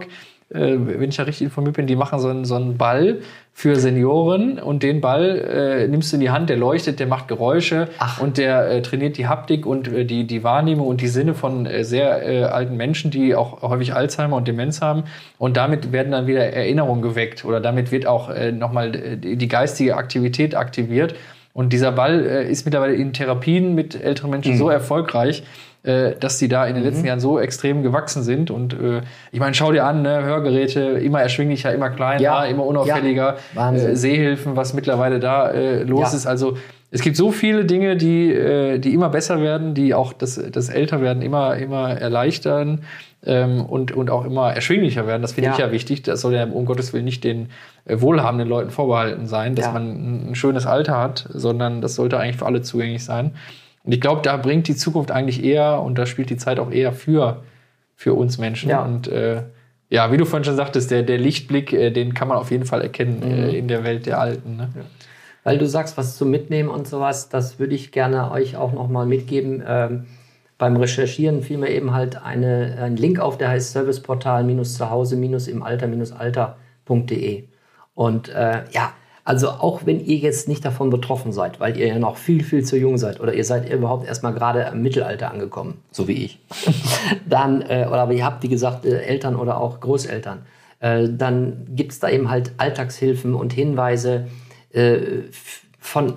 wenn ich da richtig informiert bin, die machen so einen Ball für Senioren und den Ball nimmst du in die Hand, der leuchtet, der macht Geräusche und der trainiert die Haptik und die Wahrnehmung und die Sinne von sehr alten Menschen, die auch häufig Alzheimer und Demenz haben. Und damit werden dann wieder Erinnerungen geweckt oder damit wird auch nochmal die geistige Aktivität aktiviert. Und dieser Ball ist mittlerweile in Therapien mit älteren Menschen so erfolgreich, dass die da in den letzten Jahren so extrem gewachsen sind. Und ich meine, schau dir an, ne, Hörgeräte, immer erschwinglicher, immer kleiner, immer unauffälliger, Sehhilfen, was mittlerweile da los ist. Also es gibt so viele Dinge, die immer besser werden, die auch das Älterwerden immer erleichtern und auch immer erschwinglicher werden. Das finde ich ja wichtig. Das soll ja um Gottes Willen nicht den wohlhabenden Leuten vorbehalten sein, dass man ein schönes Alter hat, sondern das sollte eigentlich für alle zugänglich sein. Und ich glaube, da bringt die Zukunft eigentlich eher und da spielt die Zeit auch eher für uns Menschen. Ja. Und wie du vorhin schon sagtest, der Lichtblick, den kann man auf jeden Fall erkennen in der Welt der Alten. Ne? Ja. Weil du sagst, was zum Mitnehmen und sowas, das würde ich gerne euch auch nochmal mitgeben. Beim Recherchieren fiel mir eben halt ein Link auf, der heißt Serviceportal-Zuhause-im-Alter-Alter.de. Und also auch wenn ihr jetzt nicht davon betroffen seid, weil ihr ja noch viel, viel zu jung seid oder ihr seid überhaupt erstmal gerade im Mittelalter angekommen, so wie ich, dann, aber ihr habt, wie gesagt, Eltern oder auch Großeltern, dann gibt es da eben halt Alltagshilfen und Hinweise von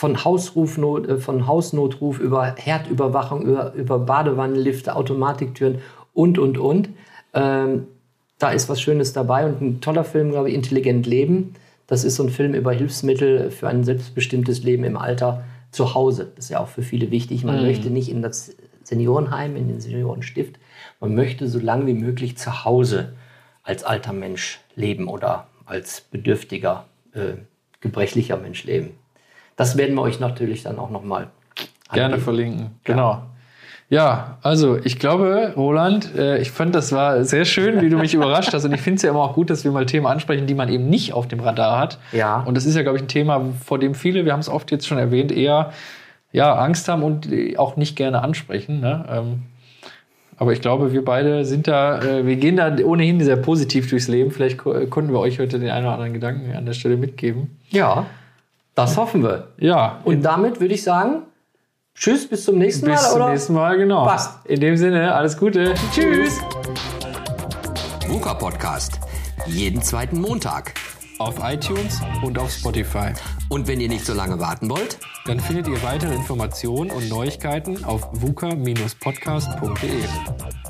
Hausnotruf über Herdüberwachung, über Badewannenlifte, Automatiktüren und. Da ist was Schönes dabei und ein toller Film, glaube ich, Intelligent Leben. Das ist so ein Film über Hilfsmittel für ein selbstbestimmtes Leben im Alter zu Hause. Das ist ja auch für viele wichtig. Man möchte nicht in das Seniorenheim, in den Seniorenstift. Man möchte so lange wie möglich zu Hause als alter Mensch leben oder als bedürftiger, gebrechlicher Mensch leben. Das werden wir euch natürlich dann auch nochmal gerne verlinken. Genau. Ja, also ich glaube, Roland, ich fand, das war sehr schön, wie du mich überrascht hast. Und ich finde es ja immer auch gut, dass wir mal Themen ansprechen, die man eben nicht auf dem Radar hat. Ja. Und das ist ja, glaube ich, ein Thema, vor dem viele, wir haben es oft jetzt schon erwähnt, eher Angst haben und auch nicht gerne ansprechen. Ne? Aber ich glaube, wir beide sind wir gehen da ohnehin sehr positiv durchs Leben. Vielleicht konnten wir euch heute den einen oder anderen Gedanken an der Stelle mitgeben. Ja, das hoffen wir. Ja. Und damit würde ich sagen, tschüss, bis zum nächsten Mal. Bis zum nächsten Mal, genau. Passt. In dem Sinne, alles Gute. Tschüss. VUCA Podcast. Jeden zweiten Montag. Auf iTunes und auf Spotify. Und wenn ihr nicht so lange warten wollt, dann findet ihr weitere Informationen und Neuigkeiten auf vuca-podcast.de.